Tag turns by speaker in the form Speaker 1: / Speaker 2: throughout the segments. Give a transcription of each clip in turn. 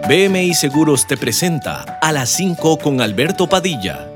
Speaker 1: BMI Seguros te presenta A las 5 con Alberto Padilla.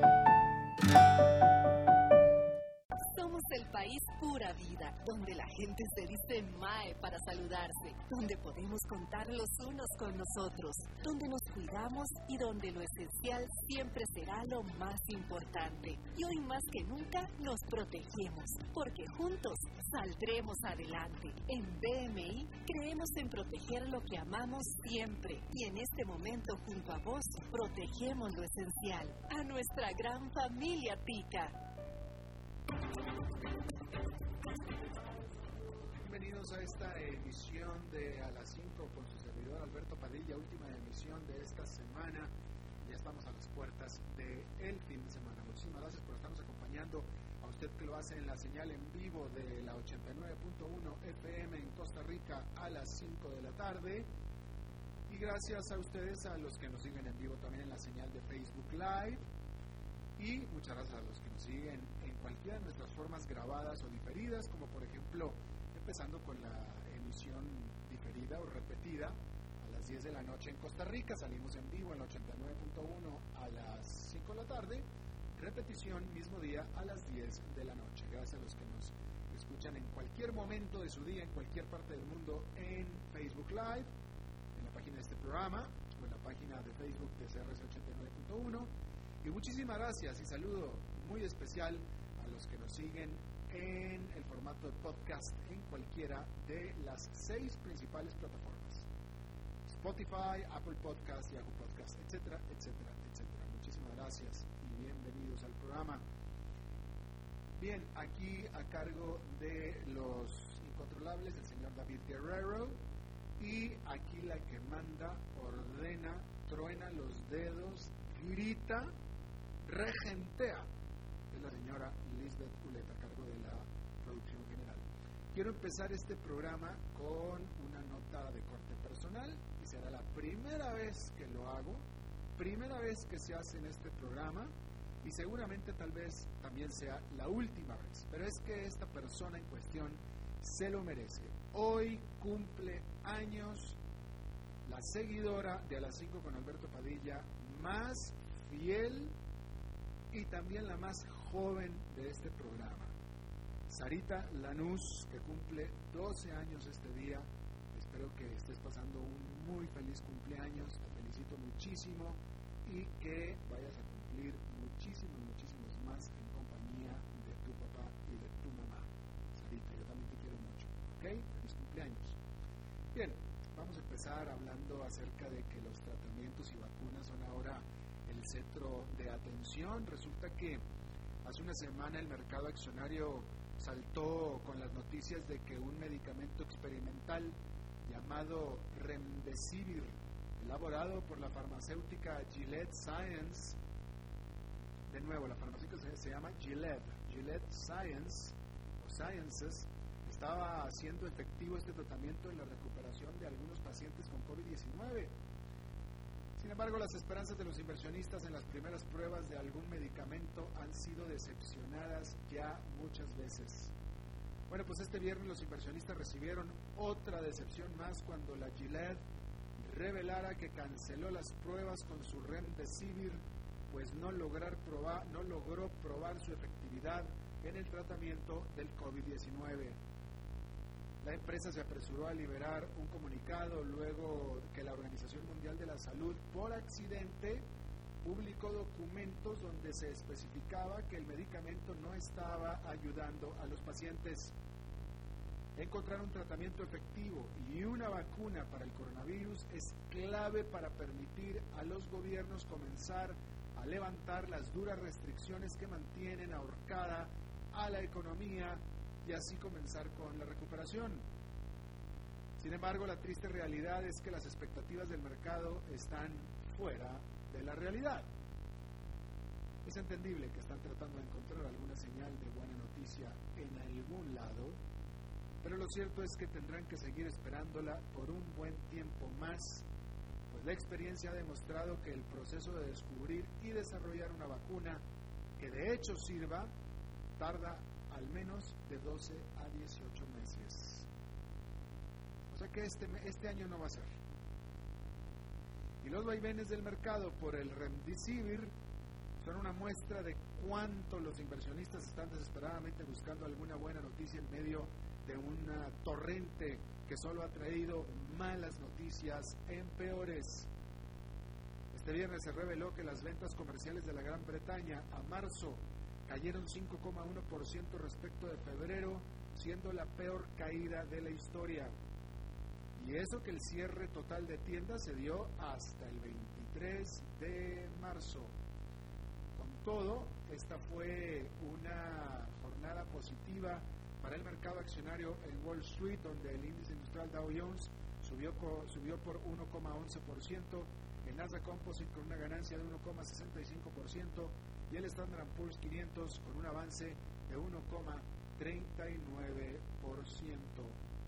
Speaker 2: Somos el país pura vida, donde la gente se dice mae para saludarse, donde podemos contar los unos con los otros, donde nos cuidamos y donde lo esencial siempre será lo más importante. Y hoy más que nunca nos protegemos, porque juntos saldremos adelante. En BMI creemos en proteger lo que amamos siempre y en este momento junto a vos protegemos lo esencial, a nuestra gran familia tica.
Speaker 3: Bienvenidos a esta emisión de A las 5 con su servidor Alberto Padilla, última emisión de esta semana. Ya estamos a las puertas del fin de semana. Muchísimas gracias por estarnos acompañando, a usted que lo hace en la señal en vivo de la 89.1 FM en Costa Rica a las 5 de la tarde. Y gracias a ustedes, a los que nos siguen en vivo también en la señal de Facebook Live. Y muchas gracias a los que nos siguen en cualquiera de nuestras formas grabadas o diferidas, como por ejemplo, empezando con la emisión diferida o repetida a las 10 de la noche en Costa Rica. Salimos en vivo en la 89.1 a las 5 de la tarde, repetición mismo día a las 10 de la noche. Gracias a los que nos escuchan en cualquier momento de su día, en cualquier parte del mundo, en Facebook Live, en la página de este programa o en la página de Facebook de CRC 89.1. Y muchísimas gracias y saludo muy especial a los que nos siguen en el formato de podcast en cualquiera de las 6 principales plataformas: Spotify, Apple Podcast, Yahoo Podcast, etcétera, etcétera, etcétera. Muchísimas gracias y bienvenidos al programa. Bien, aquí a cargo de los incontrolables el señor David Guerrero, y aquí la que manda, ordena, truena los dedos, grita, regentea, es la señora Lisbeth Ulet, a cargo de la producción general. Quiero empezar este programa con una nota de corte personal, y será la primera vez que lo hago, primera vez que se hace en este programa, y seguramente tal vez también sea la última vez, pero es que esta persona en cuestión se lo merece. Hoy cumple años la seguidora de A las 5 con Alberto Padilla más fiel y también la más joven de este programa, Sarita Lanús, que cumple 12 años este día. Espero que estés pasando un muy feliz cumpleaños, te felicito muchísimo y que vayas a cumplir muchísimos más en compañía de tu papá y de tu mamá. Sarita, yo también te quiero mucho, ¿ok? Feliz cumpleaños. Bien, vamos a empezar hablando acerca de que los tratamientos y vacunas son ahora el centro de atención. Resulta que hace una semana el mercado accionario saltó con las noticias de que un medicamento experimental llamado Remdesivir, elaborado por la farmacéutica Gilead Science, de nuevo, la farmacéutica se llama Gilead Science o Sciences, estaba haciendo efectivo este tratamiento en la recuperación de algunos pacientes con COVID-19. Sin embargo, las esperanzas de los inversionistas en las primeras pruebas de algún medicamento han sido decepcionadas ya muchas veces. Bueno, pues este viernes los inversionistas recibieron otra decepción más cuando la Gilead revelara que canceló las pruebas con su Remdesivir, pues no logró probar su efectividad en el tratamiento del COVID-19. La empresa se apresuró a liberar un comunicado luego que la Organización Mundial de la Salud, por accidente, publicó documentos donde se especificaba que el medicamento no estaba ayudando a los pacientes. Encontrar un tratamiento efectivo y una vacuna para el coronavirus es clave para permitir a los gobiernos comenzar a levantar las duras restricciones que mantienen ahorcada a la economía y así comenzar con la recuperación. Sin embargo, la triste realidad es que las expectativas del mercado están fuera de la realidad. Es entendible que están tratando de encontrar alguna señal de buena noticia en algún lado, pero lo cierto es que tendrán que seguir esperándola por un buen tiempo más, pues la experiencia ha demostrado que el proceso de descubrir y desarrollar una vacuna que de hecho sirva tarda al menos de 12 a 18 meses. O sea que este año no va a ser. Y los vaivenes del mercado por el Remdesivir son una muestra de cuánto los inversionistas están desesperadamente buscando alguna buena noticia en medio de una torrente que solo ha traído malas noticias en peores. Este viernes se reveló que las ventas comerciales de la Gran Bretaña a marzo cayeron 5,1% respecto de febrero, siendo la peor caída de la historia. Y eso que el cierre total de tiendas se dio hasta el 23 de marzo. Con todo, esta fue una jornada positiva para el mercado accionario en Wall Street, donde el índice industrial Dow Jones subió por 1,11%, el Nasdaq Composite con una ganancia de 1,65% y el Standard & Poor's 500 con un avance de 1,39%.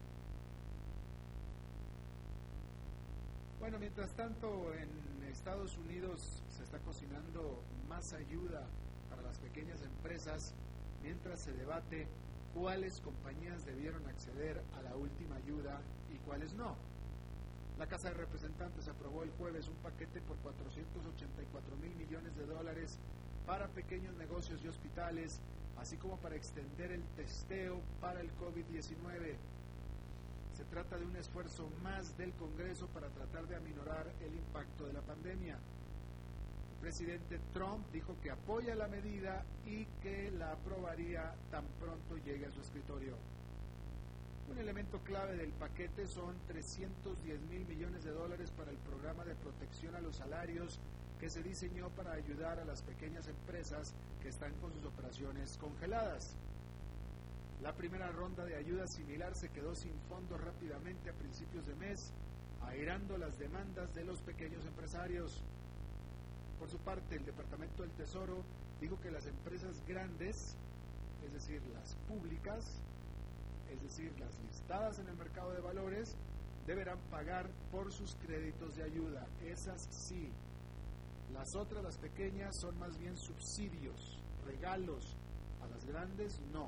Speaker 3: Bueno, mientras tanto, en Estados Unidos se está cocinando más ayuda para las pequeñas empresas, mientras se debate cuáles compañías debieron acceder a la última ayuda y cuáles no. La Casa de Representantes aprobó el jueves un paquete por $484,000 millones para pequeños negocios y hospitales, así como para extender el testeo para el COVID-19. Se trata de un esfuerzo más del Congreso para tratar de aminorar el impacto de la pandemia. El presidente Trump dijo que apoya la medida y que la aprobaría tan pronto llegue a su escritorio. Un elemento clave del paquete son $310,000 millones para el programa de protección a los salarios que se diseñó para ayudar a las pequeñas empresas que están con sus operaciones congeladas. La primera ronda de ayuda similar se quedó sin fondos rápidamente a principios de mes, airando las demandas de los pequeños empresarios. Por su parte, el Departamento del Tesoro dijo que las empresas grandes, es decir, las públicas, es decir, las listadas en el mercado de valores, deberán pagar por sus créditos de ayuda. Esas sí. Las otras, las pequeñas, son más bien subsidios, regalos. A las grandes, no.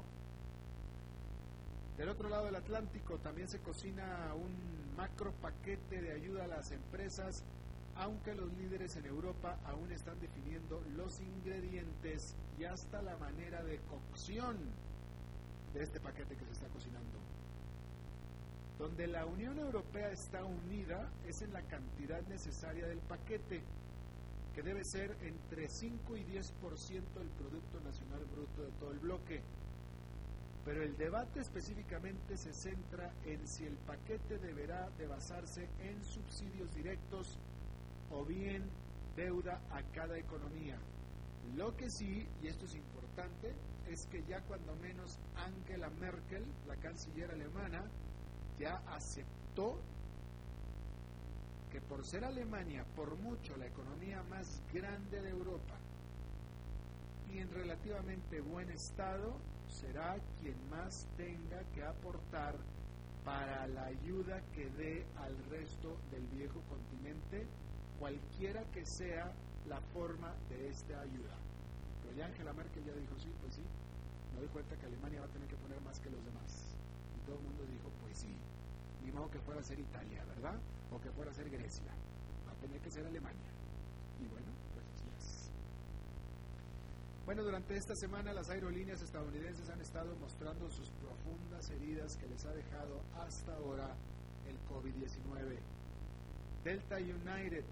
Speaker 3: Del otro lado del Atlántico también se cocina un macro paquete de ayuda a las empresas, aunque los líderes en Europa aún están definiendo los ingredientes y hasta la manera de cocción de este paquete que se está cocinando. Donde la Unión Europea está unida es en la cantidad necesaria del paquete, que debe ser entre 5 y 10% del Producto Nacional Bruto de todo el bloque. Pero el debate específicamente se centra en si el paquete deberá de basarse en subsidios directos o bien deuda a cada economía. Lo que sí, y esto es importante, es que ya cuando menos Angela Merkel, la canciller alemana, ya aceptó que por ser Alemania, por mucho, la economía más grande de Europa y en relativamente buen estado, será quien más tenga que aportar para la ayuda que dé al resto del viejo continente, cualquiera que sea la forma de esta ayuda. Pero ya Angela Merkel ya dijo, sí, pues sí, me doy cuenta que Alemania va a tener que poner más que los demás. Y todo el mundo dijo, pues sí, ni modo que fuera a ser Italia, ¿verdad? O que fuera a ser Grecia, va a tener que ser Alemania. Y bueno, pues así es. Bueno, durante esta semana las aerolíneas estadounidenses han estado mostrando sus profundas heridas que les ha dejado hasta ahora el COVID-19. Delta y United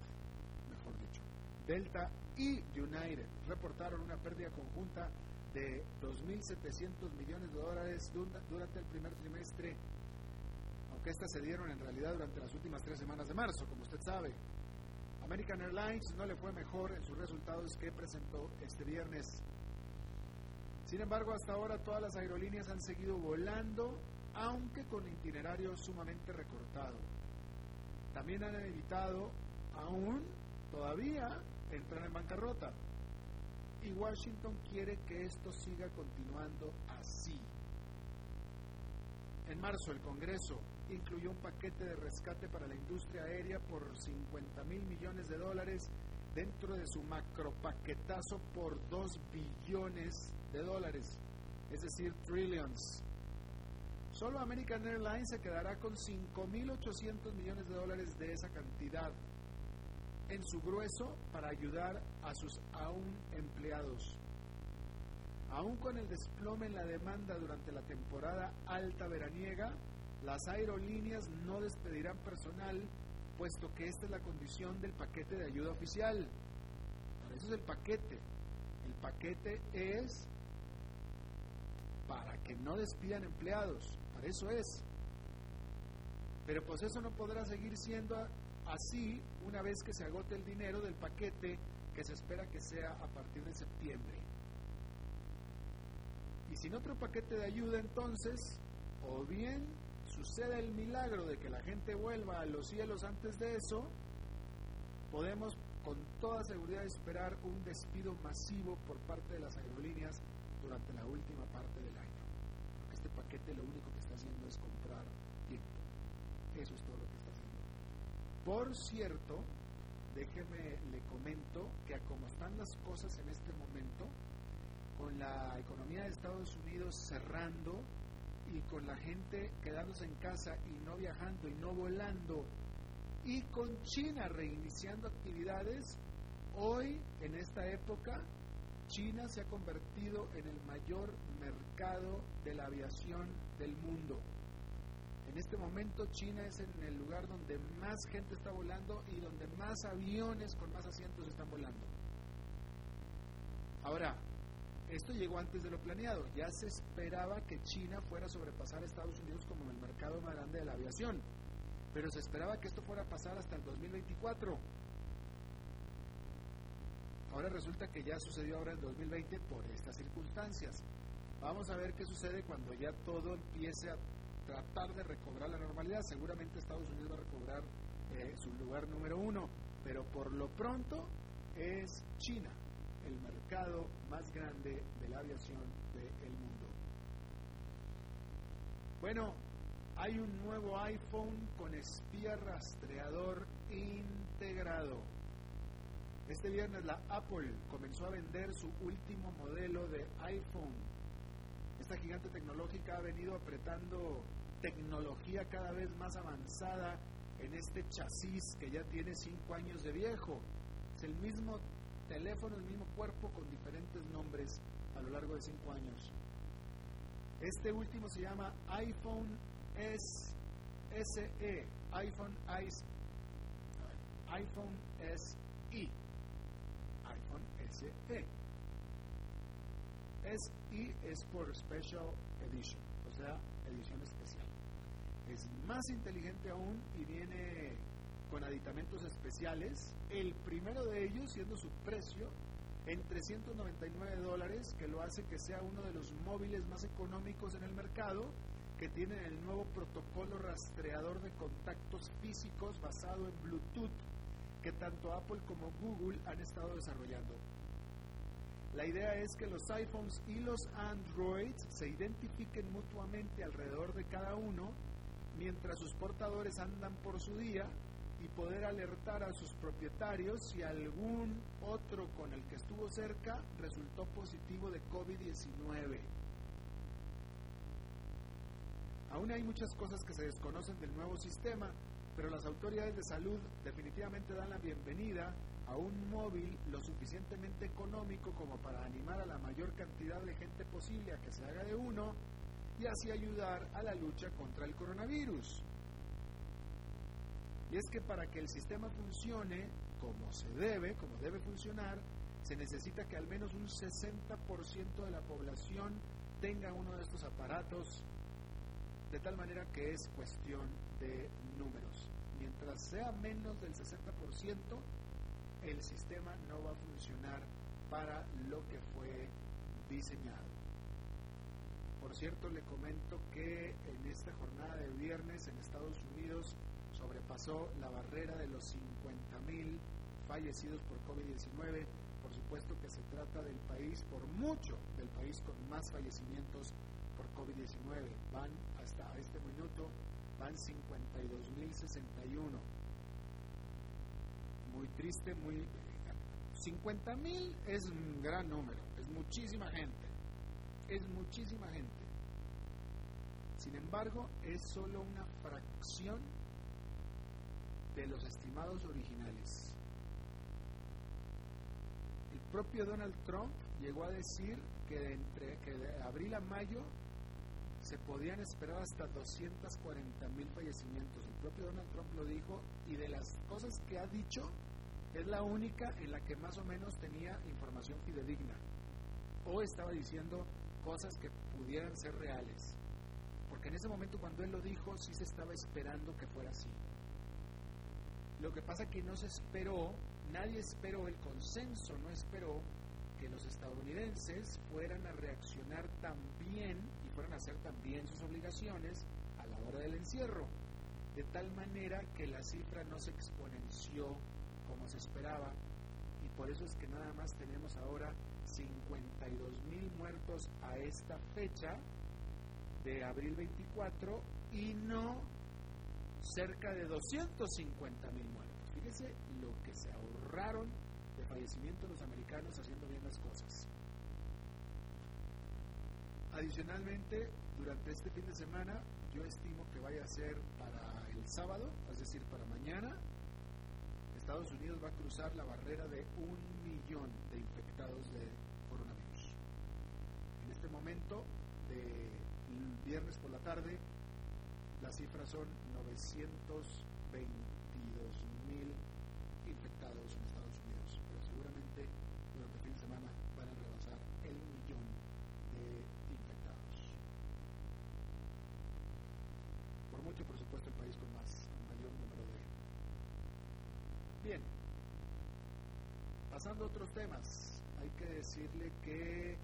Speaker 3: reportaron una pérdida conjunta de $2.700 millones durante el primer trimestre, aunque estas se dieron en realidad durante las últimas 3 semanas de marzo, como usted sabe. American Airlines no le fue mejor en sus resultados que presentó este viernes. Sin embargo, hasta ahora todas las aerolíneas han seguido volando, aunque con itinerario sumamente recortado. También han evitado todavía entrar en bancarrota. Y Washington quiere que esto siga continuando así. En marzo, el Congreso incluyó un paquete de rescate para la industria aérea por $50,000 millones dentro de su macropaquetazo por $2 billones, es decir, trillions. Solo American Airlines se quedará con $5,800 millones de esa cantidad. en su grueso para ayudar a sus aún empleados. Aún con el desplome en la demanda durante la temporada alta veraniega, las aerolíneas no despedirán personal, puesto que esta es la condición del paquete de ayuda oficial. Para eso es el paquete. El paquete es para que no despidan empleados, para eso es. Pero pues eso no podrá seguir siendo así una vez que se agote el dinero del paquete que se espera que sea a partir de septiembre. Y sin otro paquete de ayuda, entonces, o bien sucede el milagro de que la gente vuelva a los cielos antes de eso, podemos con toda seguridad esperar un despido masivo por parte de las aerolíneas durante la última parte del año. Porque este paquete lo único que está haciendo es comprar tiempo. Eso es todo lo que está haciendo. Por cierto, déjeme le comento que a como están las cosas en este momento, con la economía de Estados Unidos cerrando y con la gente quedándose en casa y no viajando y no volando, y con China reiniciando actividades, hoy en esta época China se ha convertido en el mayor mercado de la aviación del mundo. En este momento China es en el lugar donde más gente está volando y donde más aviones con más asientos están volando. Ahora, esto llegó antes de lo planeado. Ya se esperaba que China fuera a sobrepasar a Estados Unidos como el mercado más grande de la aviación, pero se esperaba que esto fuera a pasar hasta el 2024. Ahora resulta que ya sucedió ahora en 2020 por estas circunstancias. Vamos a ver qué sucede cuando ya todo empiece a tratar de recobrar la normalidad. Seguramente Estados Unidos va a recobrar su lugar número 1, pero por lo pronto es China el mercado más grande de la aviación del mundo. Bueno, hay un nuevo iPhone con espía rastreador integrado. Este viernes la Apple comenzó a vender su último modelo de iPhone. Esta gigante tecnológica ha venido apretando tecnología cada vez más avanzada en este chasis que ya tiene 5 años de viejo. Es el mismo teléfono, el mismo cuerpo con diferentes nombres a lo largo de 5 años. Este último se llama iPhone SE, iPhone SE. SE es por Special Edition, o sea, edición especial. Es más inteligente aún y viene con aditamentos especiales, el primero de ellos siendo su precio en $399, que lo hace que sea uno de los móviles más económicos en el mercado, que tienen el nuevo protocolo rastreador de contactos físicos basado en Bluetooth, que tanto Apple como Google han estado desarrollando. La idea es que los iPhones y los Androids se identifiquen mutuamente alrededor de cada uno, mientras sus portadores andan por su día, y poder alertar a sus propietarios si algún otro con el que estuvo cerca resultó positivo de COVID-19. Aún hay muchas cosas que se desconocen del nuevo sistema, pero las autoridades de salud definitivamente dan la bienvenida a un móvil lo suficientemente económico como para animar a la mayor cantidad de gente posible a que se haga de uno y así ayudar a la lucha contra el coronavirus. Y es que para que el sistema funcione como debe funcionar, se necesita que al menos un 60% de la población tenga uno de estos aparatos, de tal manera que es cuestión de números. Mientras sea menos del 60%, el sistema no va a funcionar para lo que fue diseñado. Por cierto, le comento que en esta jornada de viernes en Estados Unidos sobrepasó la barrera de los 50,000 fallecidos por COVID-19. Por supuesto que se trata del país, por mucho, del país con más fallecimientos por COVID-19. Van hasta este minuto, van 52,061. Muy triste, 50,000 es un gran número, es muchísima gente. Sin embargo, es solo una fracción de los estimados originales. propio Donald Trump llegó a decir que de abril a mayo se podían esperar hasta 240,000 fallecimientos. El propio Donald Trump lo dijo, y de las cosas que ha dicho, es la única en la que más o menos tenía información fidedigna, o estaba diciendo cosas que pudieran ser reales, porque en ese momento cuando él lo dijo sí se estaba esperando que fuera así. Lo que pasa que no se esperó, nadie esperó, el consenso no esperó que los estadounidenses fueran a reaccionar tan bien y fueran a hacer tan bien sus obligaciones a la hora del encierro, de tal manera que la cifra no se exponenció como se esperaba, y por eso es que nada más tenemos ahora 52,000 muertos a esta fecha de abril 24 y no cerca de 250,000 muertos. Fíjese lo que se ahorraron de fallecimiento los americanos haciendo bien las cosas. Adicionalmente, durante este fin de semana, yo estimo que vaya a ser para el sábado, es decir, para mañana, Estados Unidos va a cruzar la barrera de 1,000,000 de infectados de coronavirus. En este momento, de viernes por la tarde, las cifras son 922,000 infectados en Estados Unidos, pero seguramente durante el fin de semana van a rebasar el 1,000,000 de infectados. Por mucho, por supuesto, el país con mayor número de... Bien, pasando a otros temas, hay que decirle que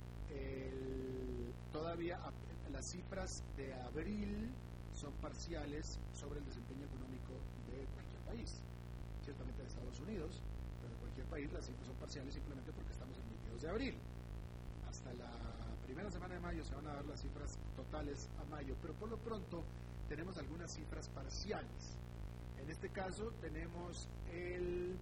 Speaker 3: todavía las cifras de abril son parciales sobre el desempeño económico de cualquier país, ciertamente de Estados Unidos, pero de cualquier país las cifras son parciales simplemente porque estamos en 22 de abril. Hasta la primera semana de mayo se van a dar las cifras totales a mayo, pero por lo pronto tenemos algunas cifras parciales. En este caso tenemos el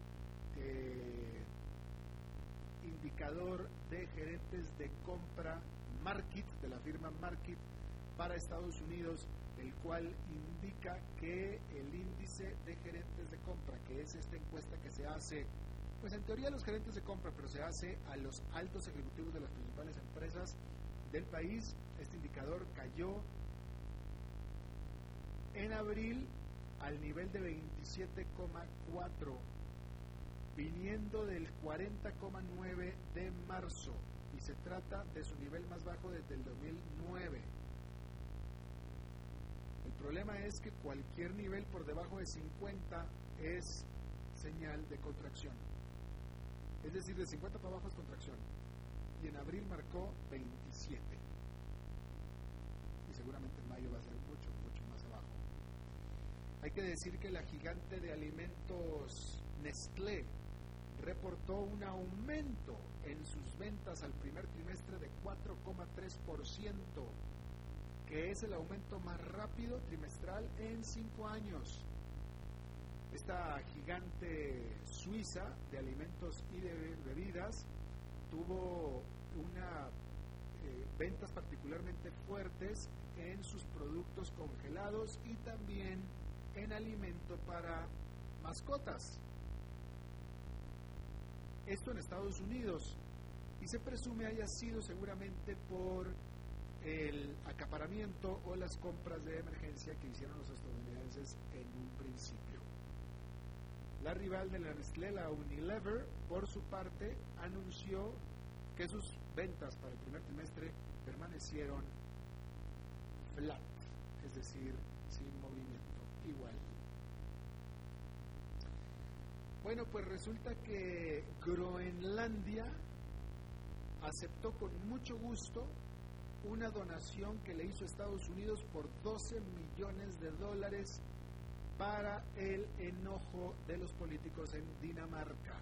Speaker 3: indicador de gerentes de compra Markit, de la firma Markit para Estados Unidos, el cual indica que el índice de gerentes de compra, que es esta encuesta que se hace, pues en teoría a los gerentes de compra, pero se hace a los altos ejecutivos de las principales empresas del país, este indicador cayó en abril al nivel de 27,4, viniendo del 40,9 de marzo, y se trata de su nivel más bajo desde el 2009. El problema es que cualquier nivel por debajo de 50 es señal de contracción, es decir, de 50 para abajo es contracción, y en abril marcó 27, y seguramente en mayo va a ser mucho más abajo. Hay que decir que la gigante de alimentos Nestlé reportó un aumento en sus ventas al primer trimestre de 4,3%, que es el aumento más rápido trimestral en 5 años. Esta gigante suiza de alimentos y de bebidas tuvo ventas particularmente fuertes en sus productos congelados y también en alimento para mascotas. Esto en Estados Unidos, y se presume haya sido seguramente por el acaparamiento o las compras de emergencia que hicieron los estadounidenses en un principio. La rival de la Nestlé, la Unilever, por su parte, anunció que sus ventas para el primer trimestre permanecieron flat, es decir, sin movimiento, igual. Bueno, pues resulta que Groenlandia aceptó con mucho gusto una donación que le hizo Estados Unidos por $12 millones para el enojo de los políticos en Dinamarca.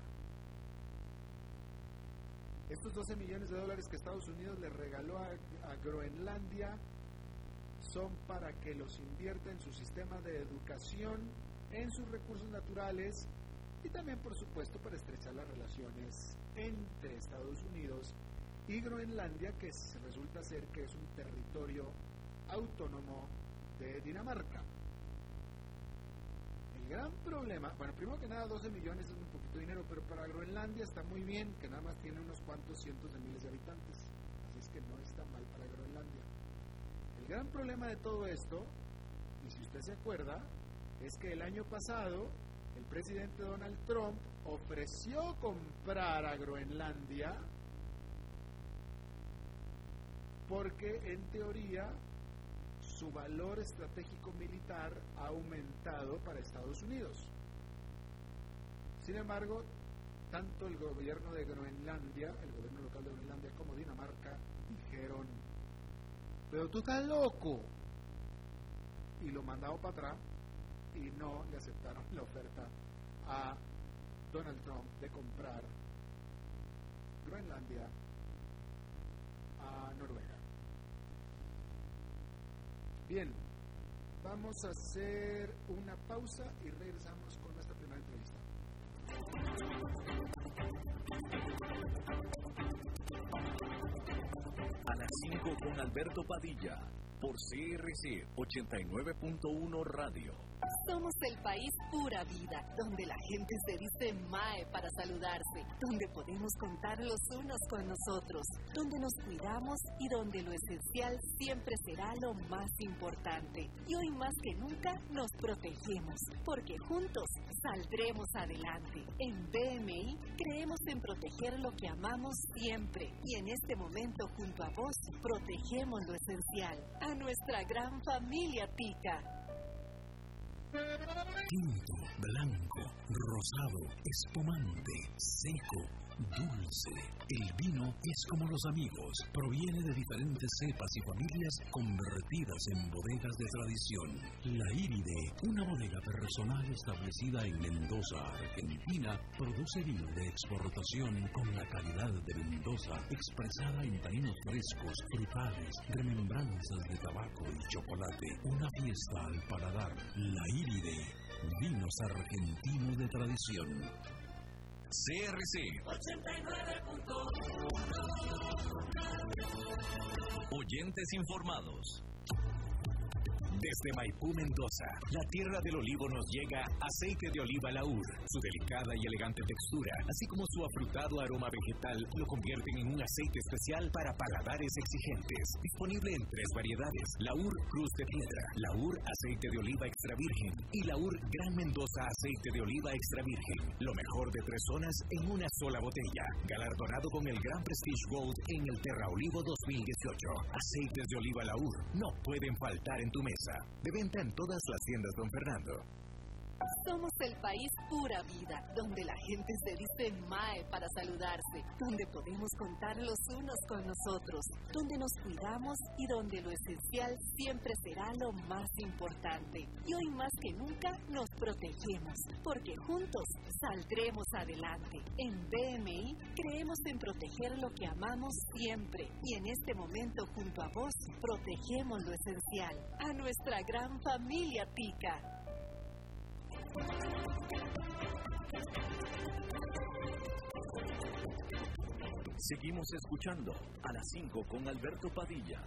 Speaker 3: Estos $12 millones que Estados Unidos le regaló a Groenlandia son para que los invierta en su sistema de educación, en sus recursos naturales y también, por supuesto, para estrechar las relaciones entre Estados Unidos y Groenlandia, que resulta ser que es un territorio autónomo de Dinamarca. El gran problema, bueno, primero que nada, 12 millones es muy poquito dinero, pero para Groenlandia está muy bien, que nada más tiene unos cuantos cientos de miles de habitantes. Así es que no está mal para Groenlandia. El gran problema de todo esto, y si usted se acuerda, es que el año pasado el presidente Donald Trump ofreció comprar a Groenlandia porque en teoría su valor estratégico militar ha aumentado para Estados Unidos. Sin embargo, tanto el gobierno de Groenlandia, el gobierno local de Groenlandia, como Dinamarca dijeron: pero tú estás loco, y lo mandaron para atrás y no le aceptaron la oferta a Donald Trump de comprar Groenlandia a Noruega. Bien, vamos a hacer una pausa y regresamos con nuestra primera entrevista.
Speaker 1: A las 5 con Alberto Padilla, por CRC 89.1 Radio.
Speaker 2: Somos el país pura vida, donde la gente se dice mae para saludarse, donde podemos contar los unos con nosotros, donde nos cuidamos y donde lo esencial siempre será lo más importante. Y hoy más que nunca nos protegemos, porque juntos saldremos adelante. En BMI creemos en proteger lo que amamos siempre, y en este momento junto a vos protegemos lo esencial, a nuestra gran familia tica.
Speaker 4: Tinto, blanco, rosado, espumante, seco, dulce. El vino es como los amigos, proviene de diferentes cepas y familias convertidas en bodegas de tradición. La Iride, una bodega personal establecida en Mendoza, Argentina, produce vino de exportación con la calidad de Mendoza, expresada en taninos frescos, frutales, remembranzas de tabaco y chocolate. Una fiesta al paladar. La Iride, vinos argentinos de tradición.
Speaker 1: CRC 89.1. Oyentes informados. Desde Maipú, Mendoza, la tierra del olivo, nos llega aceite de oliva Laur. Su delicada y elegante textura, así como su afrutado aroma vegetal, lo convierten en un aceite especial para paladares exigentes. Disponible en 3 variedades: Laur Cruz de Piedra, Laur Aceite de Oliva Extra Virgen y Laur Gran Mendoza Aceite de Oliva Extra Virgen. Lo mejor de 3 zonas en una sola botella. Galardonado con el Gran Prestige Gold en el Terra Olivo 2018. Aceites de oliva Laur no pueden faltar en tu mesa. De venta en todas las tiendas Don Fernando.
Speaker 2: Somos el país pura vida, donde la gente se dice mae para saludarse, donde podemos contar los unos con nosotros, donde nos cuidamos y donde lo esencial siempre será lo más importante. Y hoy más que nunca nos protegemos, porque juntos saldremos adelante. En BMI creemos en proteger lo que amamos siempre, y en este momento junto a vos protegemos lo esencial, a nuestra gran familia tica.
Speaker 1: Seguimos escuchando a las 5 con Alberto Padilla.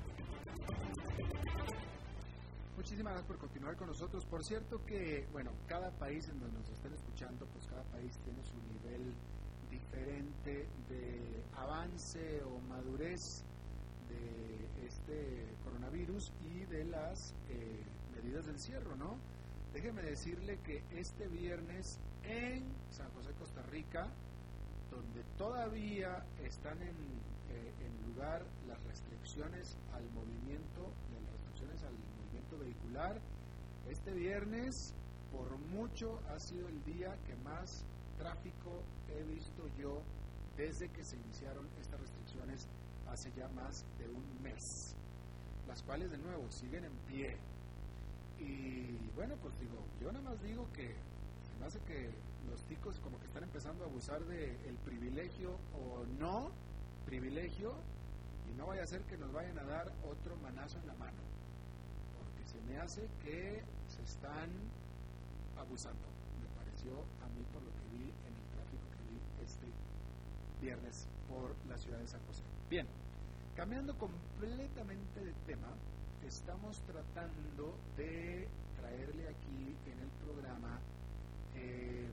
Speaker 3: Muchísimas gracias por continuar con nosotros. Por cierto que, bueno, cada país en donde nos estén escuchando, pues cada país tiene su nivel diferente de avance o madurez de este coronavirus y de las medidas de encierro, ¿no? Déjeme decirle que este viernes en San José, Costa Rica, donde todavía están en lugar las restricciones al movimiento, vehicular, este viernes por mucho ha sido el día que más tráfico he visto yo desde que se iniciaron estas restricciones hace ya más de un mes, las cuales de nuevo siguen en pie. Y bueno, pues digo, yo nada más digo que se me hace que los ticos como que están empezando a abusar del privilegio o no privilegio, y no vaya a ser que nos vayan a dar otro manazo en la mano, porque se me hace que se están abusando, me pareció a mí por lo que vi en el tráfico que vi este viernes por la ciudad de San José. Bien, cambiando completamente de tema, estamos tratando de traerle aquí en el programa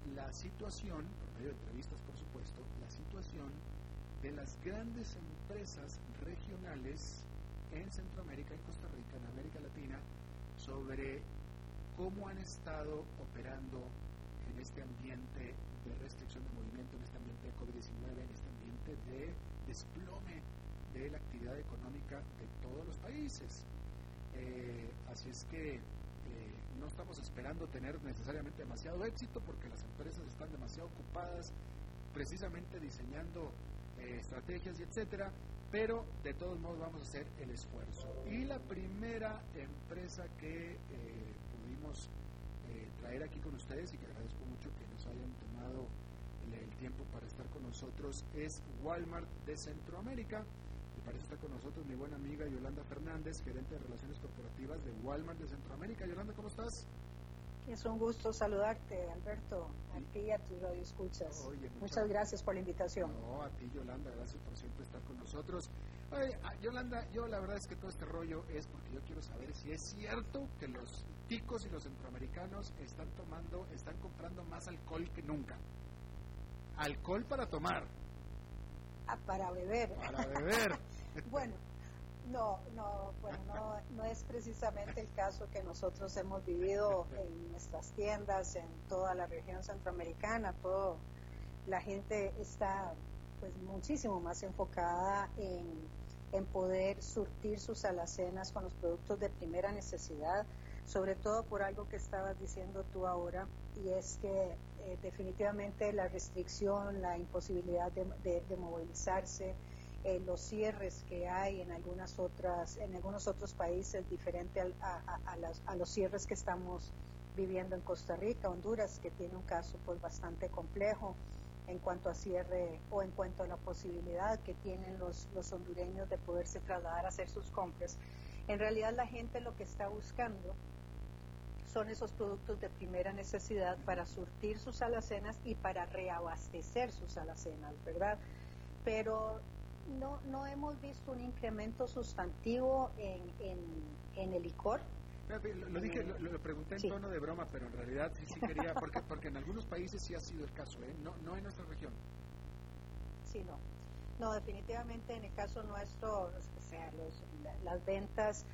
Speaker 3: la situación, por medio de entrevistas por supuesto, la situación de las grandes empresas regionales en Centroamérica, en Costa Rica, en América Latina, sobre cómo han estado operando en este ambiente de restricción de movimiento, en este ambiente de COVID-19, en este ambiente de desplome de la actividad económica de todos los países. Así es que no estamos esperando tener necesariamente demasiado éxito, porque las empresas están demasiado ocupadas precisamente diseñando estrategias y etcétera, pero de todos modos vamos a hacer el esfuerzo. Y la primera empresa que pudimos traer aquí con ustedes, y que agradezco mucho que nos hayan tomado el tiempo para estar con nosotros, es Walmart de Centroamérica. Me parece estar con nosotros mi buena amiga Yolanda Fernández, gerente de Relaciones Corporativas de Walmart de Centroamérica. Yolanda, ¿cómo estás?
Speaker 5: Es un gusto saludarte, Alberto, a ti y a tus radioescuchas.
Speaker 3: Oye,
Speaker 5: muchas gracias por la invitación.
Speaker 3: No, a ti, Yolanda, gracias por siempre estar con nosotros. Oye, Yolanda, yo la verdad es que todo este rollo es porque yo quiero saber si es cierto que los ticos y los centroamericanos están comprando más alcohol que nunca. Alcohol para tomar.
Speaker 5: Para beber.
Speaker 3: Para beber.
Speaker 5: Bueno, no es precisamente el caso que nosotros hemos vivido en nuestras tiendas, en toda la región centroamericana. La gente está pues muchísimo más enfocada en poder surtir sus alacenas con los productos de primera necesidad, sobre todo por algo que estabas diciendo tú ahora, y es que definitivamente la restricción, la imposibilidad de movilizarse, los cierres que hay en algunos otros países diferente a los cierres que estamos viviendo en Costa Rica, Honduras, que tiene un caso pues bastante complejo en cuanto a cierre o en cuanto a la posibilidad que tienen los hondureños de poderse trasladar a hacer sus compras. En realidad la gente lo que está buscando son esos productos de primera necesidad para surtir sus alacenas y para reabastecer sus alacenas, ¿verdad? Pero no hemos visto un incremento sustantivo en el licor.
Speaker 3: Lo pregunté en
Speaker 5: sí.
Speaker 3: tono de broma, pero en realidad sí quería, porque en algunos países sí ha sido el caso, no en nuestra región.
Speaker 5: Sí, no, definitivamente en el caso nuestro, o sea, las ventas,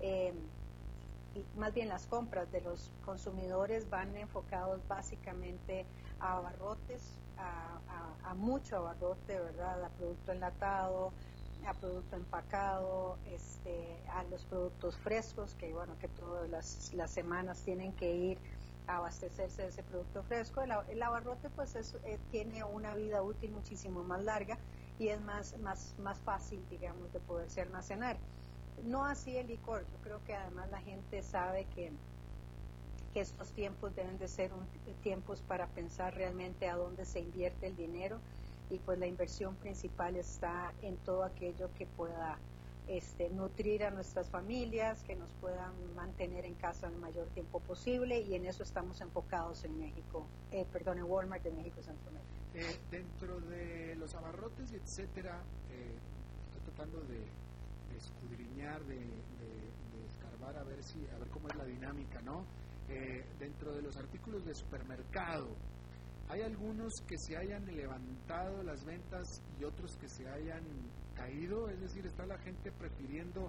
Speaker 5: y más bien las compras de los consumidores van enfocados básicamente a abarrotes, a mucho abarrote, ¿verdad? A producto enlatado, a producto empacado, a los productos frescos, que bueno, que todas las semanas tienen que ir a abastecerse de ese producto fresco. El abarrote pues tiene una vida útil muchísimo más larga y es más fácil, digamos, de poderse almacenar. No así el licor. Yo creo que además la gente sabe que estos tiempos deben de ser tiempos para pensar realmente a dónde se invierte el dinero, y pues la inversión principal está en todo aquello que pueda nutrir a nuestras familias, que nos puedan mantener en casa el mayor tiempo posible, y en eso estamos enfocados en México, en Walmart de México Centroamérica.
Speaker 3: Dentro de los abarrotes y etcétera, estoy tratando de escudriñar, de escarbar a ver cómo es la dinámica, ¿no? Dentro de los artículos de supermercado, ¿hay algunos que se hayan levantado las ventas y otros que se hayan caído? Es decir, ¿está la gente prefiriendo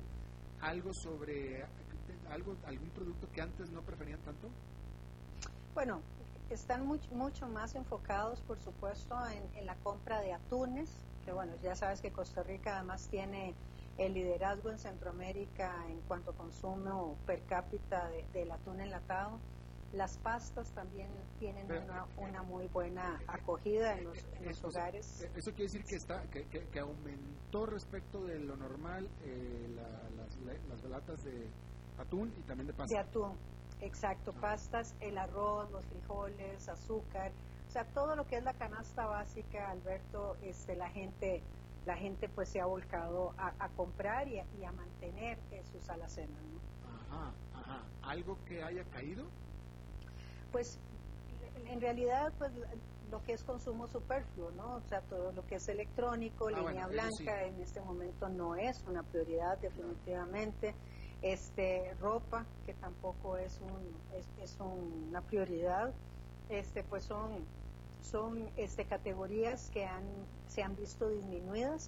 Speaker 3: algún producto que antes no preferían tanto?
Speaker 5: Bueno, están mucho más enfocados, por supuesto, en la compra de atunes, que bueno, ya sabes que Costa Rica además tiene el liderazgo en Centroamérica en cuanto a consumo per cápita del atún enlatado. Las pastas también tienen una muy buena acogida en los hogares.
Speaker 3: Eso quiere decir que aumentó respecto de lo normal las latas de atún y también de pasta.
Speaker 5: De atún, exacto, pastas, el arroz, los frijoles, azúcar, o sea, todo lo que es la canasta básica, Alberto, la gente pues se ha volcado a comprar y a mantener sus alacenas, ¿no?
Speaker 3: Ajá. ¿Algo que haya caído?
Speaker 5: Pues en realidad pues lo que es consumo superfluo, ¿no? O sea, todo lo que es electrónico, línea blanca, sí. En este momento no es una prioridad definitivamente. Ropa, que tampoco es una prioridad. pues son categorías que se han visto disminuidas.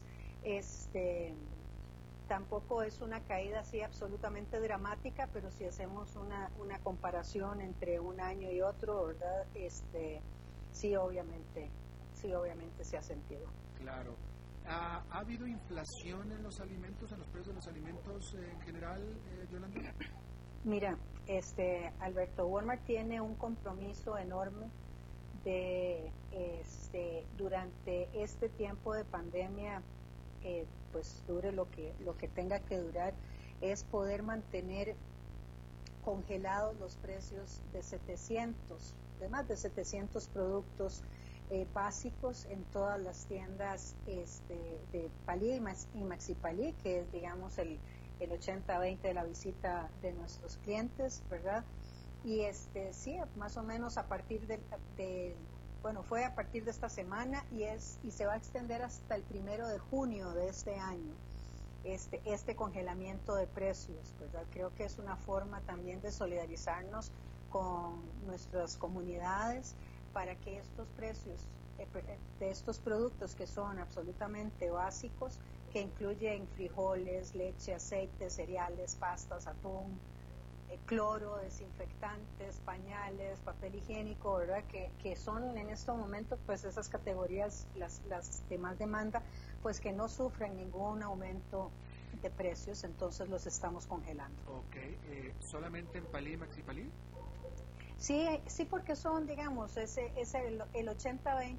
Speaker 5: Tampoco es una caída así absolutamente dramática, pero si hacemos una comparación entre un año y otro, ¿verdad? Sí, obviamente se ha sentido.
Speaker 3: Claro. ¿Ha habido inflación en los alimentos, en los precios de los alimentos en general, Yolanda?
Speaker 5: Mira, Alberto, Walmart tiene un compromiso enorme de durante este tiempo de pandemia, pues dure lo que tenga que durar, es poder mantener congelados los precios de más de 700 productos básicos en todas las tiendas de Palí y Maxi Palí, que es, digamos, el 80-20 de la visita de nuestros clientes, ¿verdad? Y sí, más o menos a partir fue a partir de esta semana y se va a extender hasta el 1 de junio de este año. Este congelamiento de precios, ¿verdad? Creo que es una forma también de solidarizarnos con nuestras comunidades para que estos precios de estos productos que son absolutamente básicos, que incluyen frijoles, leche, aceite, cereales, pastas, atún, cloro, desinfectantes, pañales, papel higiénico, ¿verdad? Que son en este momento pues esas categorías las de más demanda, pues que no sufren ningún aumento de precios, entonces los estamos congelando.
Speaker 3: Okay, ¿solamente en Palí y Maxi Palí?
Speaker 5: Sí, porque son, digamos, es el 80-20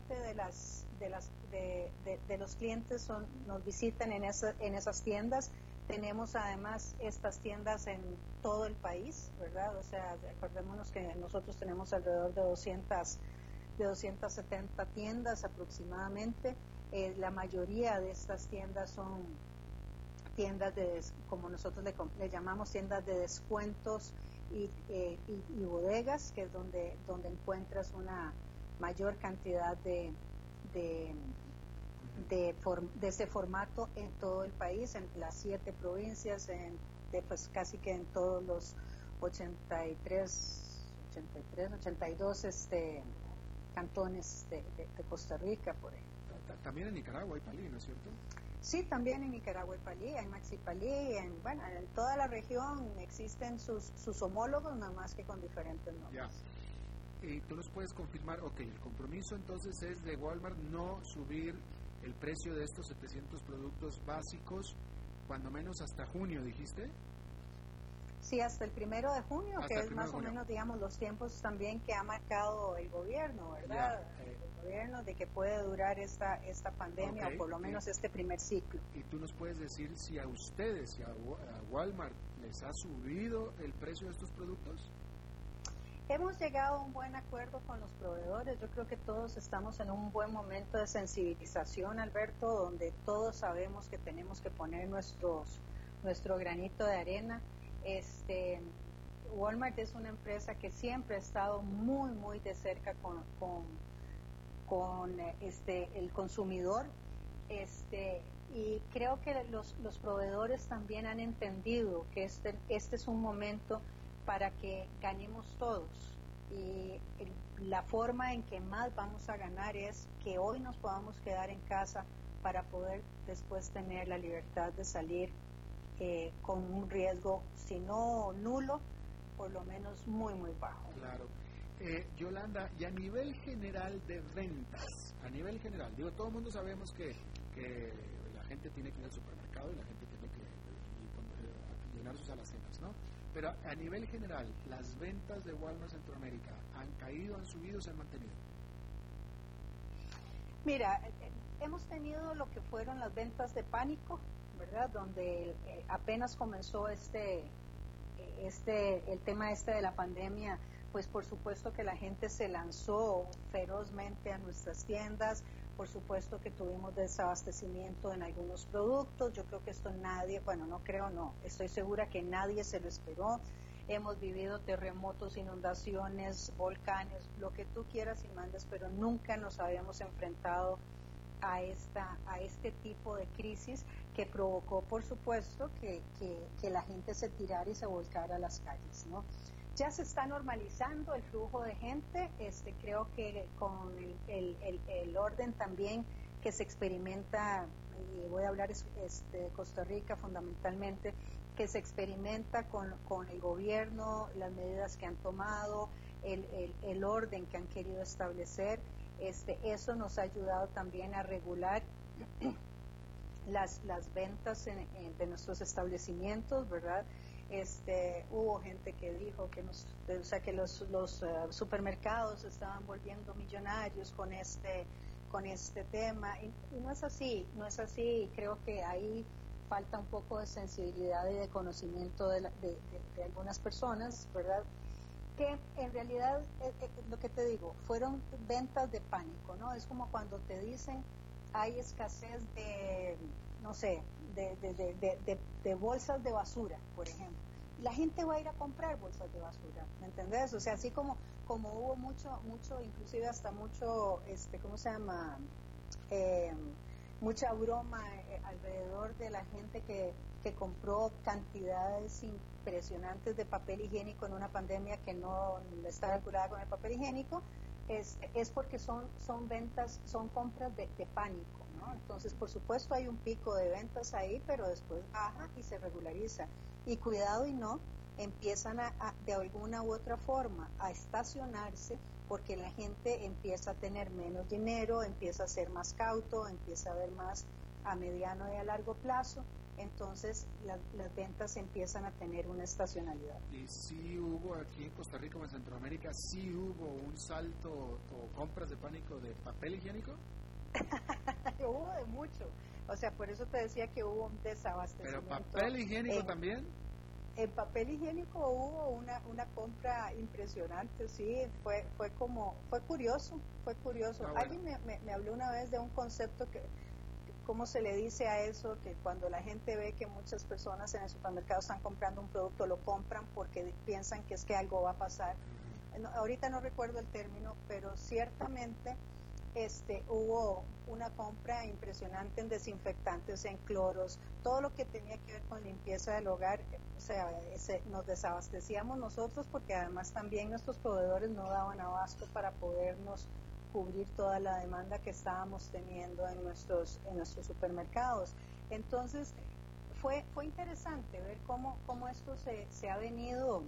Speaker 5: de los clientes nos visitan en esas tiendas. Tenemos además estas tiendas en todo el país, ¿verdad? O sea, recordémonos que nosotros tenemos alrededor de 270 tiendas aproximadamente. La mayoría de estas tiendas son tiendas como nosotros le llamamos, tiendas de descuentos y bodegas, que es donde encuentras una mayor cantidad de ese formato en todo el país, en las 7 provincias, pues casi que en todos los 82 cantones de Costa Rica, por ejemplo.
Speaker 3: También en Nicaragua hay Palí, ¿no es cierto?
Speaker 5: Sí, también en Nicaragua hay Palí, hay Maxi Palí, en toda la región existen sus homólogos, nada más que con diferentes nombres.
Speaker 3: Ya. Y tú nos puedes confirmar, el compromiso entonces es de Walmart no subir el precio de estos 700 productos básicos, cuando menos hasta junio, ¿dijiste?
Speaker 5: Sí, hasta el 1 de junio, que es más o menos, digamos, los tiempos también que ha marcado el gobierno, ¿verdad? El gobierno de que puede durar esta pandemia, o por lo menos este primer ciclo.
Speaker 3: ¿Y tú nos puedes decir si a ustedes y a Walmart les ha subido el precio de estos productos?
Speaker 5: Hemos llegado a un buen acuerdo con los proveedores. Yo creo que todos estamos en un buen momento de sensibilización, Alberto, donde todos sabemos que tenemos que poner nuestro granito de arena. Walmart es una empresa que siempre ha estado muy, muy de cerca con el consumidor. Y creo que los proveedores también han entendido que este es un momento para que ganemos todos, y la forma en que más vamos a ganar es que hoy nos podamos quedar en casa para poder después tener la libertad de salir con un riesgo, si no nulo, por lo menos muy, muy bajo.
Speaker 3: Claro. Yolanda, y a nivel general de ventas, todo el mundo sabemos que la gente tiene que ir al supermercado y la gente tiene que llenar sus alacenas, ¿no? Pero a nivel general, ¿las ventas de Walmart Centroamérica han caído, han subido, se han mantenido?
Speaker 5: Mira, hemos tenido lo que fueron las ventas de pánico, ¿verdad? Donde apenas comenzó el tema de la pandemia, pues por supuesto que la gente se lanzó ferozmente a nuestras tiendas. Por supuesto que tuvimos desabastecimiento en algunos productos. Yo creo que esto estoy segura que nadie se lo esperó. Hemos vivido terremotos, inundaciones, volcanes, lo que tú quieras y mandes, pero nunca nos habíamos enfrentado a este tipo de crisis que provocó, por supuesto, que la gente se tirara y se volcara a las calles, ¿no? ya se está normalizando el flujo de gente. Creo que con el orden también que se experimenta, y voy a hablar de Costa Rica fundamentalmente, que se experimenta con el gobierno, las medidas que han tomado, el orden que han querido establecer, eso nos ha ayudado también a regular las ventas de nuestros establecimientos, ¿verdad? Hubo gente que dijo que los supermercados estaban volviendo millonarios con este tema, y no es así, creo que ahí falta un poco de sensibilidad y de conocimiento de algunas personas, ¿verdad? Que en realidad, lo que te digo, fueron ventas de pánico, ¿no? Es como cuando te dicen hay escasez de, no sé, de bolsas de basura, por ejemplo. La gente va a ir a comprar bolsas de basura, ¿me entendés? O sea, así como hubo mucho, inclusive hasta mucho, ¿cómo se llama? Mucha broma alrededor de la gente que compró cantidades impresionantes de papel higiénico en una pandemia que no estaba curada con el papel higiénico, es porque son compras de pánico, ¿no? Entonces, por supuesto, hay un pico de ventas ahí, pero después baja y se regulariza. Y cuidado y no, empiezan de alguna u otra forma a estacionarse, porque la gente empieza a tener menos dinero, empieza a ser más cauto, empieza a ver más a mediano y a largo plazo, entonces las ventas empiezan a tener una estacionalidad.
Speaker 3: Y sí hubo aquí en Costa Rica o en Centroamérica, sí hubo un salto o compras de pánico de papel higiénico.
Speaker 5: Hubo de mucho, o sea, por eso te decía que hubo un desabastecimiento.
Speaker 3: ¿Pero papel higiénico también?
Speaker 5: En papel higiénico hubo una compra impresionante, sí, fue curioso. Alguien me habló una vez de un concepto que, ¿cómo se le dice a eso? Que cuando la gente ve que muchas personas en el supermercado están comprando un producto, lo compran porque piensan que es que algo va a pasar. No, ahorita no recuerdo el término, pero ciertamente hubo una compra impresionante en desinfectantes, en cloros, todo lo que tenía que ver con limpieza del hogar. O sea, nos desabastecíamos nosotros, porque además también nuestros proveedores no daban abasto para podernos cubrir toda la demanda que estábamos teniendo en nuestros supermercados. Entonces fue interesante ver cómo esto se ha venido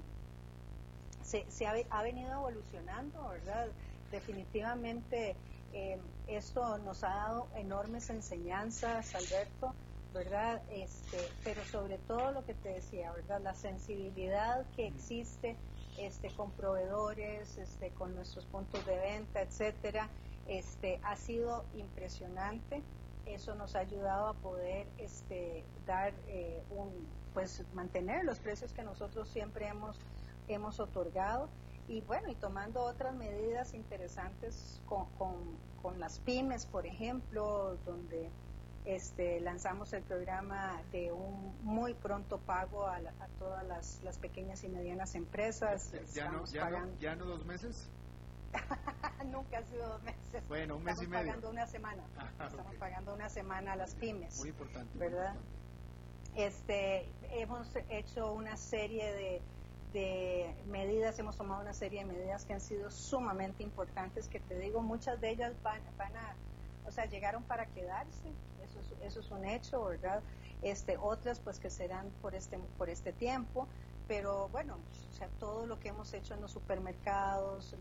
Speaker 5: ha venido evolucionando, ¿verdad? Definitivamente esto nos ha dado enormes enseñanzas, Alberto, ¿verdad? Pero sobre todo lo que te decía, ¿verdad? La sensibilidad que existe con proveedores, con nuestros puntos de venta, etcétera, ha sido impresionante. Eso nos ha ayudado a poder dar pues mantener los precios que nosotros siempre hemos otorgado. Y bueno, y tomando otras medidas interesantes con las pymes, por ejemplo, donde lanzamos el programa de un muy pronto pago a todas las pequeñas y medianas empresas.
Speaker 3: ¿Ya no 2 meses?
Speaker 5: Nunca ha sido 2 meses.
Speaker 3: Bueno, un mes y medio.
Speaker 5: Estamos pagando una semana. Estamos pagando una semana a las pymes.
Speaker 3: Muy importante.
Speaker 5: ¿Verdad?
Speaker 3: Muy importante.
Speaker 5: Hemos hecho una serie de medidas, hemos tomado una serie de medidas que han sido sumamente importantes, que te digo, muchas de ellas van a, o sea, llegaron para quedarse, eso es un hecho, ¿verdad? Otras pues que serán por este tiempo, pero bueno, o sea, todo lo que hemos hecho en los supermercados,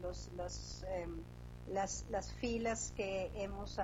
Speaker 5: las filas que hemos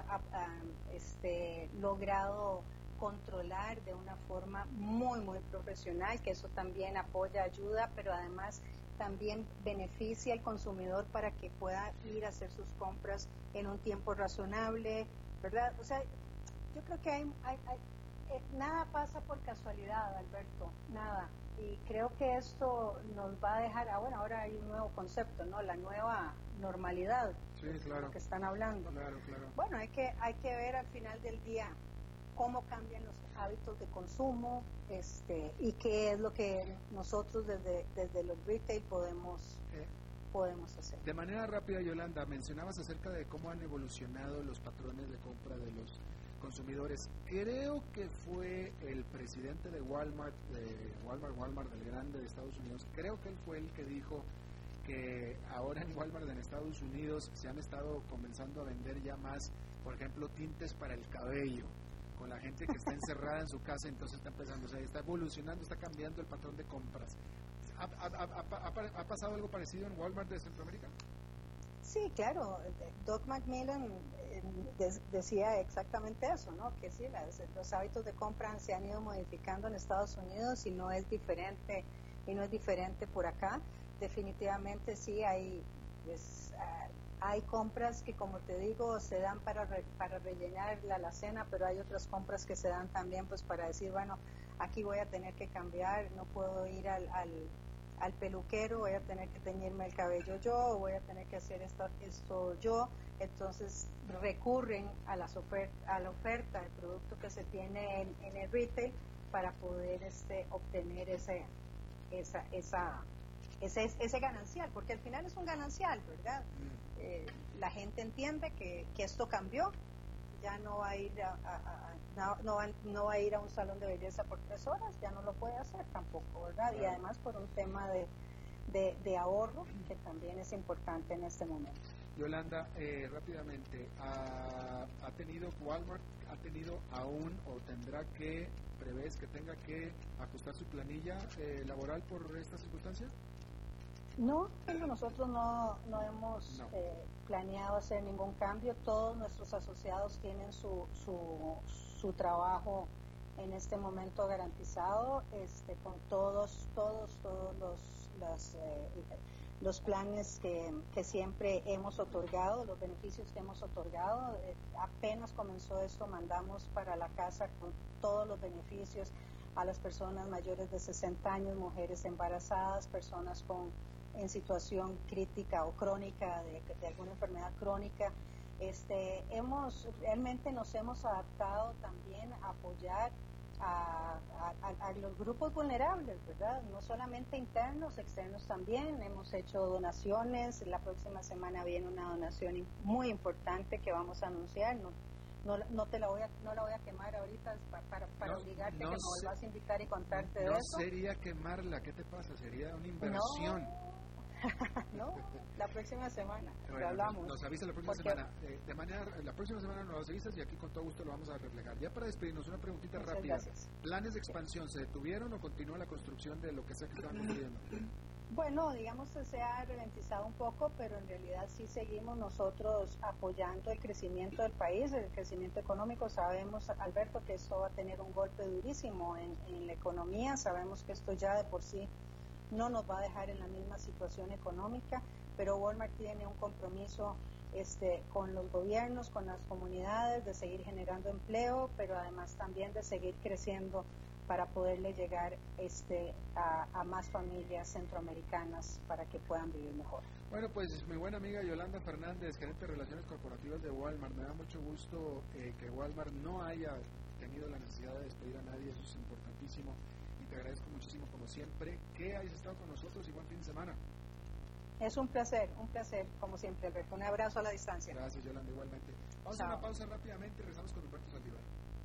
Speaker 5: logrado controlar de una forma muy profesional, que eso también apoya, ayuda, pero además también beneficia al consumidor para que pueda ir a hacer sus compras en un tiempo razonable, ¿verdad? O sea, yo creo que nada pasa por casualidad, Alberto, nada, y creo que esto nos va a dejar, ahora hay un nuevo concepto, ¿no? La nueva normalidad,
Speaker 3: sí, claro,
Speaker 5: de lo que están hablando.
Speaker 3: Claro.
Speaker 5: Bueno, hay que ver al final del día cómo cambian los hábitos de consumo, y qué es lo que nosotros desde los retail podemos hacer.
Speaker 3: De manera rápida, Yolanda, mencionabas acerca de cómo han evolucionado los patrones de compra consumidores. Creo que fue el presidente de Walmart, del grande de Estados Unidos, creo que él fue el que dijo que ahora en Walmart en Estados Unidos se han estado comenzando a vender ya más, por ejemplo, tintes para el cabello, con la gente que está encerrada en su casa, entonces está empezando, o sea, está evolucionando, está cambiando el patrón de compras. ¿Ha pasado algo parecido en Walmart de Centroamérica?
Speaker 5: Sí, claro. Doug McMillon decía exactamente eso, ¿no? Que sí, los hábitos de compra se han ido modificando en Estados Unidos y no es diferente por acá. Definitivamente sí hay compras que, como te digo, se dan para rellenar la alacena, pero hay otras compras que se dan también pues para decir, bueno, aquí voy a tener que cambiar, no puedo ir al peluquero, voy a tener que teñirme el cabello yo, voy a tener que hacer esto yo. Entonces recurren a la oferta del producto que se tiene en el retail para poder obtener ese ganancial, porque al final es un ganancial, ¿verdad? La gente entiende que esto cambió, ya no va a ir no va a ir a un salón de belleza por 3 horas, ya no lo puede hacer tampoco, ¿verdad? Y además por un tema de ahorro que también es importante en este momento.
Speaker 3: Yolanda, rápidamente, ¿ha tenido Walmart, aún o tendrá que, prevés que tenga que ajustar su planilla laboral por esta circunstancia?
Speaker 5: No, nosotros no hemos planeado hacer ningún cambio. Todos nuestros asociados tienen su trabajo en este momento garantizado, con todos los planes que siempre hemos otorgado, los beneficios que hemos otorgado. Apenas comenzó esto, mandamos para la casa con todos los beneficios a las personas mayores de 60 años, mujeres embarazadas, personas en situación crítica o crónica de alguna enfermedad crónica. Realmente nos hemos adaptado también a apoyar a los grupos vulnerables, ¿verdad? No solamente internos, externos también. Hemos hecho donaciones. La próxima semana viene una donación muy importante que vamos a anunciar. No la voy a quemar ahorita para obligarte a que me vuelvas a invitar y contarte de eso.
Speaker 3: No sería quemarla, ¿qué te pasa? Sería una inversión.
Speaker 5: No, la próxima semana
Speaker 3: bueno,
Speaker 5: hablamos.
Speaker 3: Nos avisa la próxima semana. La próxima semana nos avisas y aquí con todo gusto lo vamos a reflejar. Ya para despedirnos, una preguntita
Speaker 5: Muchas
Speaker 3: rápida.
Speaker 5: Gracias.
Speaker 3: ¿Planes de expansión se detuvieron o continúa la construcción de lo que sea que estaban construyendo?
Speaker 5: Bueno, digamos que se ha ralentizado un poco, pero en realidad sí seguimos nosotros apoyando el crecimiento del país, el crecimiento económico. Sabemos, Alberto, que esto va a tener un golpe durísimo en la economía. Sabemos que esto ya de por sí no nos va a dejar en la misma situación económica, pero Walmart tiene un compromiso con los gobiernos, con las comunidades, de seguir generando empleo, pero además también de seguir creciendo para poderle llegar a más familias centroamericanas para que puedan vivir mejor.
Speaker 3: Bueno, pues mi buena amiga Yolanda Fernández, gerente de Relaciones Corporativas de Walmart, me da mucho gusto que Walmart no haya tenido la necesidad de despedir a nadie, eso es importantísimo. Te agradezco muchísimo como siempre que hayas estado con nosotros y buen fin de semana.
Speaker 5: Es un placer como siempre, Alberto. Un abrazo a la distancia.
Speaker 3: Gracias, Yolanda, igualmente. Vamos a una pausa rápidamente y regresamos con Humberto Saldívar.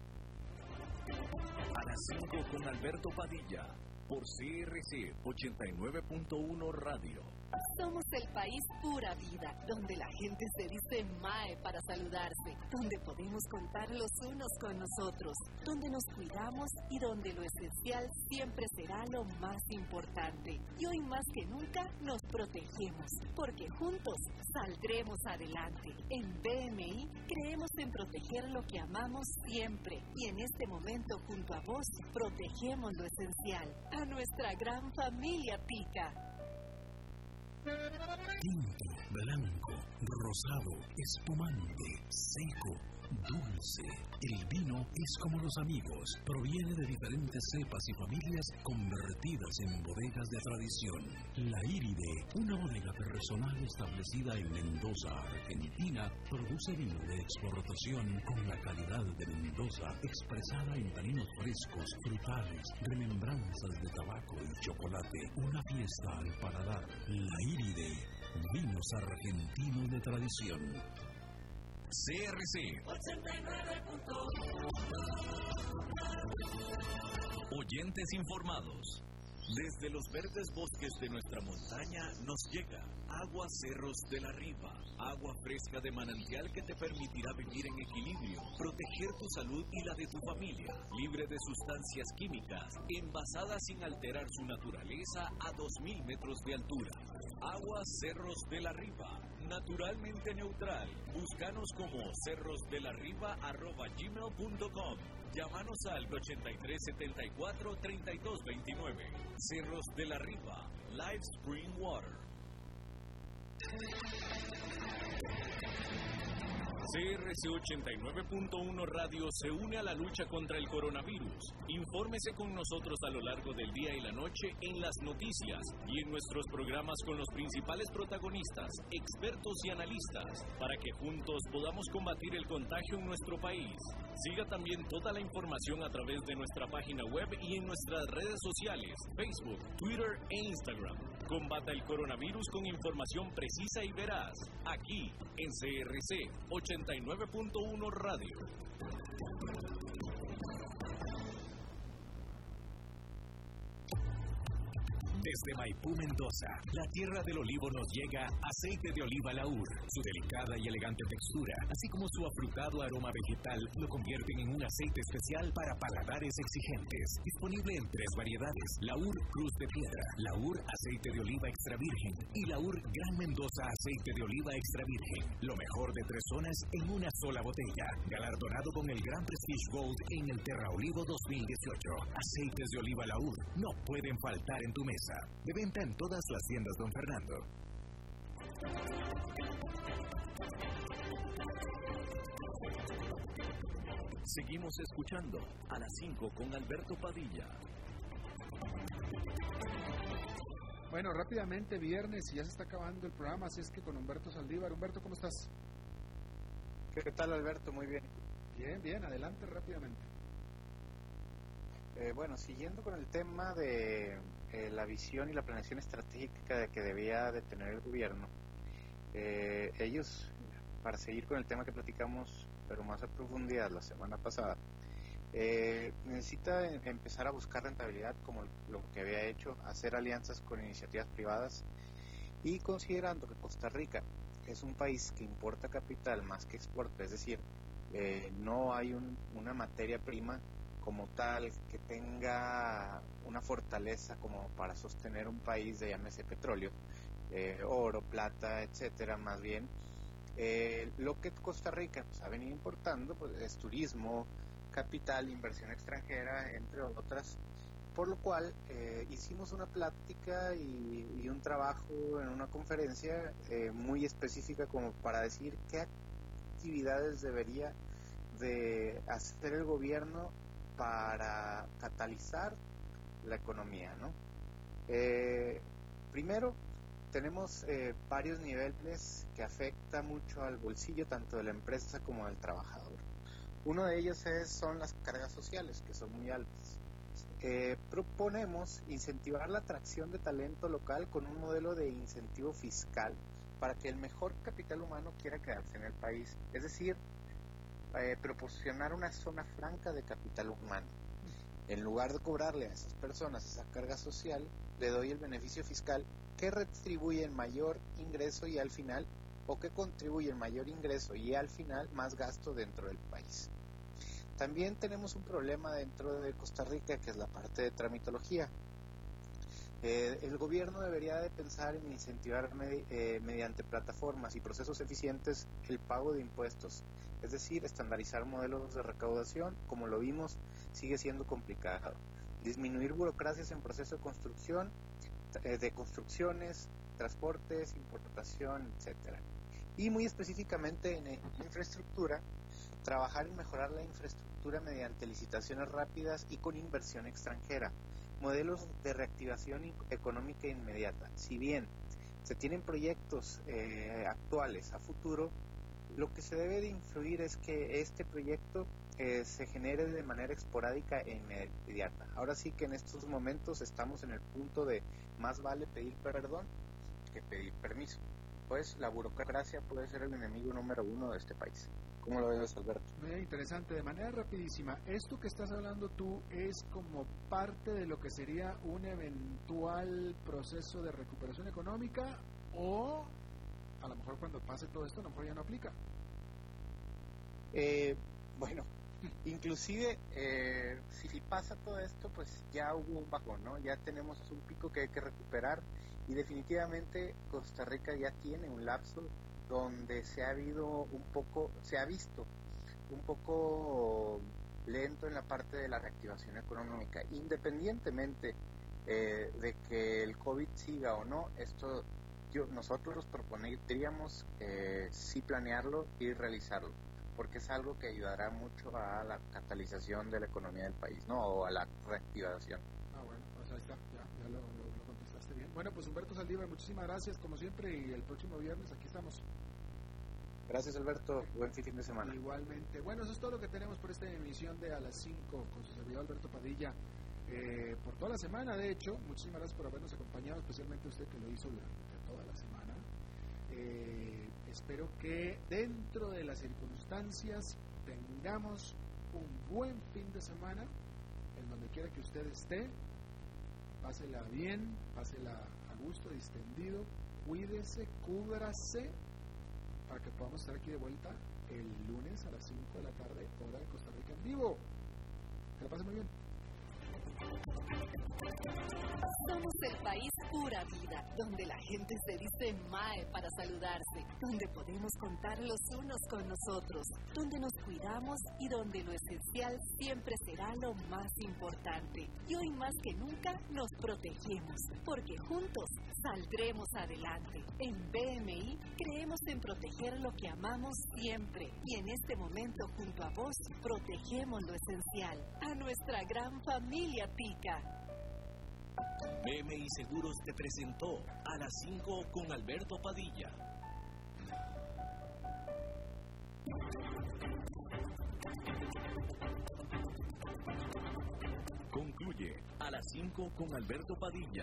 Speaker 1: A las 5 con Alberto Padilla por CRC 89.1 Radio.
Speaker 2: Somos el país pura vida, donde la gente se dice mae para saludarse, donde podemos contar los unos con nosotros, donde nos cuidamos y donde lo esencial siempre será lo más importante. Y hoy más que nunca nos protegemos, porque juntos saldremos adelante. En BMI creemos en proteger lo que amamos siempre, y en este momento junto a vos protegemos lo esencial, a nuestra gran familia Tica.
Speaker 4: Tinto, blanco, rosado, espumante, seco, dulce. El vino es como los amigos, proviene de diferentes cepas y familias convertidas en bodegas de tradición. La Iride, una bodega personal establecida en Mendoza, Argentina, produce vino de exportación con la calidad de Mendoza, expresada en taninos frescos, frutales, remembranzas de tabaco y chocolate. Una fiesta al paladar. La Iride, vinos argentinos de tradición.
Speaker 1: CRC 89.1. Oyentes informados. Desde los verdes bosques de nuestra montaña nos llega Agua Cerros de la Riva, agua fresca de manantial que te permitirá vivir en equilibrio, proteger tu salud y la de tu familia, libre de sustancias químicas, envasada sin alterar su naturaleza a 2000 metros de altura. Agua Cerros de la Riva, naturalmente neutral. Búscanos como cerrosdelarriba@gmail.com. Llámanos al 8374-3229. Cerros de la Riva, Live Spring Water. CRC 89.1 Radio se une a la lucha contra el coronavirus. Infórmese con nosotros a lo largo del día y la noche en las noticias y en nuestros programas con los principales protagonistas, expertos y analistas, para que juntos podamos combatir el contagio en nuestro país. Siga también toda la información a través de nuestra página web y en nuestras redes sociales, Facebook, Twitter e Instagram. Combata el coronavirus con información precisa y veraz, aquí en CRC 89.1 Radio. Desde Maipú, Mendoza, la tierra del olivo nos llega aceite de oliva Laur. Su delicada y elegante textura, así como su afrutado aroma vegetal, lo convierten en un aceite especial para paladares exigentes. Disponible en 3 variedades: Laur Cruz de Piedra, Laur Aceite de Oliva Extra Virgen y Laur Gran Mendoza Aceite de Oliva Extra Virgen. Lo mejor de 3 zonas en una sola botella. Galardonado con el Gran Prestige Gold en el Terra Olivo 2018. Aceites de oliva Laur no pueden faltar en tu mesa. De venta en todas las tiendas Don Fernando. Seguimos escuchando a las 5 con Alberto Padilla.
Speaker 3: Bueno, rápidamente, viernes y ya se está acabando el programa, así es que con Humberto Saldívar. Humberto, ¿cómo estás?
Speaker 6: ¿Qué tal, Alberto? Muy bien.
Speaker 3: Bien, adelante rápidamente.
Speaker 6: Bueno, siguiendo con el tema de la visión y la planeación estratégica que debía de tener el gobierno, ellos, para seguir con el tema que platicamos, pero más a profundidad la semana pasada, necesita empezar a buscar rentabilidad como lo que había hecho, hacer alianzas con iniciativas privadas, y considerando que Costa Rica es un país que importa capital más que exporta, es decir, no hay una materia prima como tal que tenga una fortaleza como para sostener un país de, llámese, petróleo, oro, plata, etcétera. Más bien lo que Costa Rica ha venido importando pues, es turismo, capital, inversión extranjera, entre otras, por lo cual hicimos una plática y un trabajo en una conferencia muy específica como para decir qué actividades debería de hacer el gobierno para catalizar la economía, ¿no? Primero, tenemos varios niveles que afectan mucho al bolsillo tanto de la empresa como del trabajador. Uno de ellos son las cargas sociales, que son muy altas. Proponemos incentivar la atracción de talento local con un modelo de incentivo fiscal para que el mejor capital humano quiera quedarse en el país, es decir, proporcionar una zona franca de capital humano. En lugar de cobrarle a esas personas esa carga social, le doy el beneficio fiscal que retribuye el mayor ingreso y al final, o que contribuye el mayor ingreso y al final más gasto dentro del país. También tenemos un problema dentro de Costa Rica, que es la parte de tramitología. El gobierno debería de pensar en incentivar mediante plataformas y procesos eficientes el pago de impuestos, es decir, estandarizar modelos de recaudación. Como lo vimos, sigue siendo complicado. Disminuir burocracias en proceso de construcción, de construcciones, transportes, importación, etcétera. Y muy específicamente en infraestructura, trabajar en mejorar la infraestructura mediante licitaciones rápidas y con inversión extranjera. Modelos de reactivación económica inmediata. Si bien se tienen proyectos actuales a futuro, lo que se debe de influir es que este proyecto se genere de manera esporádica e inmediata. Ahora sí que en estos momentos estamos en el punto de más vale pedir perdón que pedir permiso. pues la burocracia puede ser el enemigo número uno de este país. ¿Cómo lo ves, Alberto?
Speaker 3: Muy interesante. De manera rapidísima, esto que estás hablando tú es como parte de lo que sería un eventual proceso de recuperación económica, o a lo mejor cuando pase todo esto a lo mejor ya no aplica.
Speaker 6: Bueno, inclusive si pasa todo esto, pues ya hubo un bajón, ¿no? Ya tenemos un pico que hay que recuperar, y definitivamente Costa Rica ya tiene un lapso donde se ha visto un poco lento en la parte de la reactivación económica. Independientemente de que el COVID siga o no, nosotros propondríamos sí planearlo y realizarlo, porque es algo que ayudará mucho a la catalización de la economía del país, ¿no? O a la reactivación.
Speaker 3: Bueno, pues ahí está, ya lo contestaste bien. Bueno, pues Humberto Saldívar, muchísimas gracias como siempre, y el próximo viernes aquí estamos.
Speaker 6: Gracias, Alberto, buen fin de semana.
Speaker 3: Igualmente. Bueno, eso es todo lo que tenemos por esta emisión de A las 5 con su servidor Alberto Padilla, por toda la semana. De hecho, muchísimas gracias por habernos acompañado, especialmente usted que lo hizo durante toda la semana. Espero que dentro de las circunstancias tengamos un buen fin de semana en donde quiera que usted esté. Pásela bien, pásela a gusto, distendido, cuídese, cúbrase, para que podamos estar aquí de vuelta el lunes a las 5 de la tarde, hora de Costa Rica en vivo. Que la pasen muy bien.
Speaker 2: Somos el país pura vida, donde la gente se dice mae para saludarse, donde podemos contar los unos con nosotros, donde nos cuidamos y donde lo esencial siempre será lo más importante. Y hoy más que nunca nos protegemos, porque juntos saldremos adelante. En BMI creemos en proteger lo que amamos siempre, y en este momento junto a vos protegemos lo esencial, a nuestra gran familia Tica.
Speaker 1: BMI Seguros te presentó A las 5 con Alberto Padilla. Concluye A las 5 con Alberto Padilla.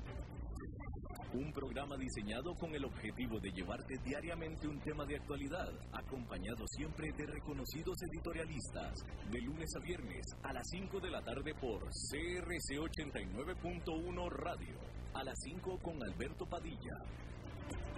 Speaker 1: Un programa diseñado con el objetivo de llevarte diariamente un tema de actualidad, acompañado siempre de reconocidos editorialistas, de lunes a viernes a las 5 de la tarde por CRC 89.1 Radio. A las 5 con Alberto Padilla.